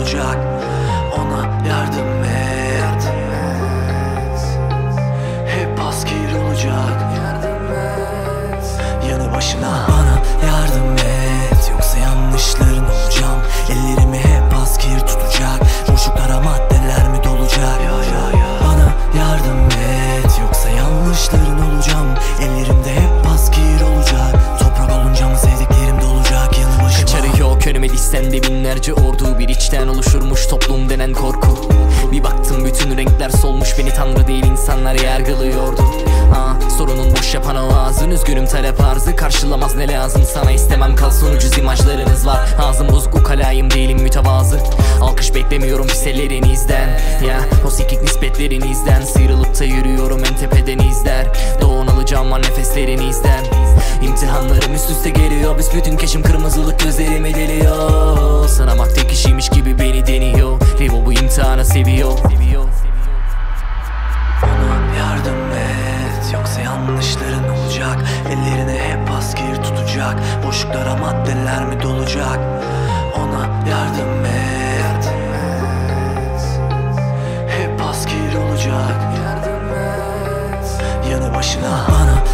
olacak. Ona yardım et. Hep asker olacak. Yanı başına. Bana yardım et, yoksa yanlışların olacağım. Ellerimi hep asker tutacak. Boşluklara maddeler mi dolacak? Bana yardım et, yoksa yanlışların olacağım. Ellerimde hep asker olacak. Toprak olunca mı sevdiklerim dolacak yanı başıma. Kaçarı yok önüme dizsen de binlerce ordu. Bir içten oluşurmuş toplum denen korku. Bir baktım bütün renkler solmuş, beni tanrı değil insanlar yargılıyordu. Sorunun boş yapan o ağzın, üzgünüm talep arzı karşılamaz ne lazım sana, istemem kalsın ucuz imajlarınız var. Ağzım bozuk ukalayım değilim mütevazı. Alkış beklemiyorum pis ellerinizden. Ya o sikik nispetlerinizden sıyrılıp da yürüyorum en tepeden izler. Doğun alacağım var nefeslerinizden. İmtihanlarım üst üste geliyor, büsbütün keşim kırmızılık gözlerimi deliyor. Sanamak tek kişiymiş gibi beni deniyor. Revo bu imtihanı seviyor. Ona yardım et, yoksa yanlışların olacak. Ellerine hep asker tutacak. Boşluklara maddeler mi dolacak? Ona yardım et. Hep asker olacak. Yanı başına. Bana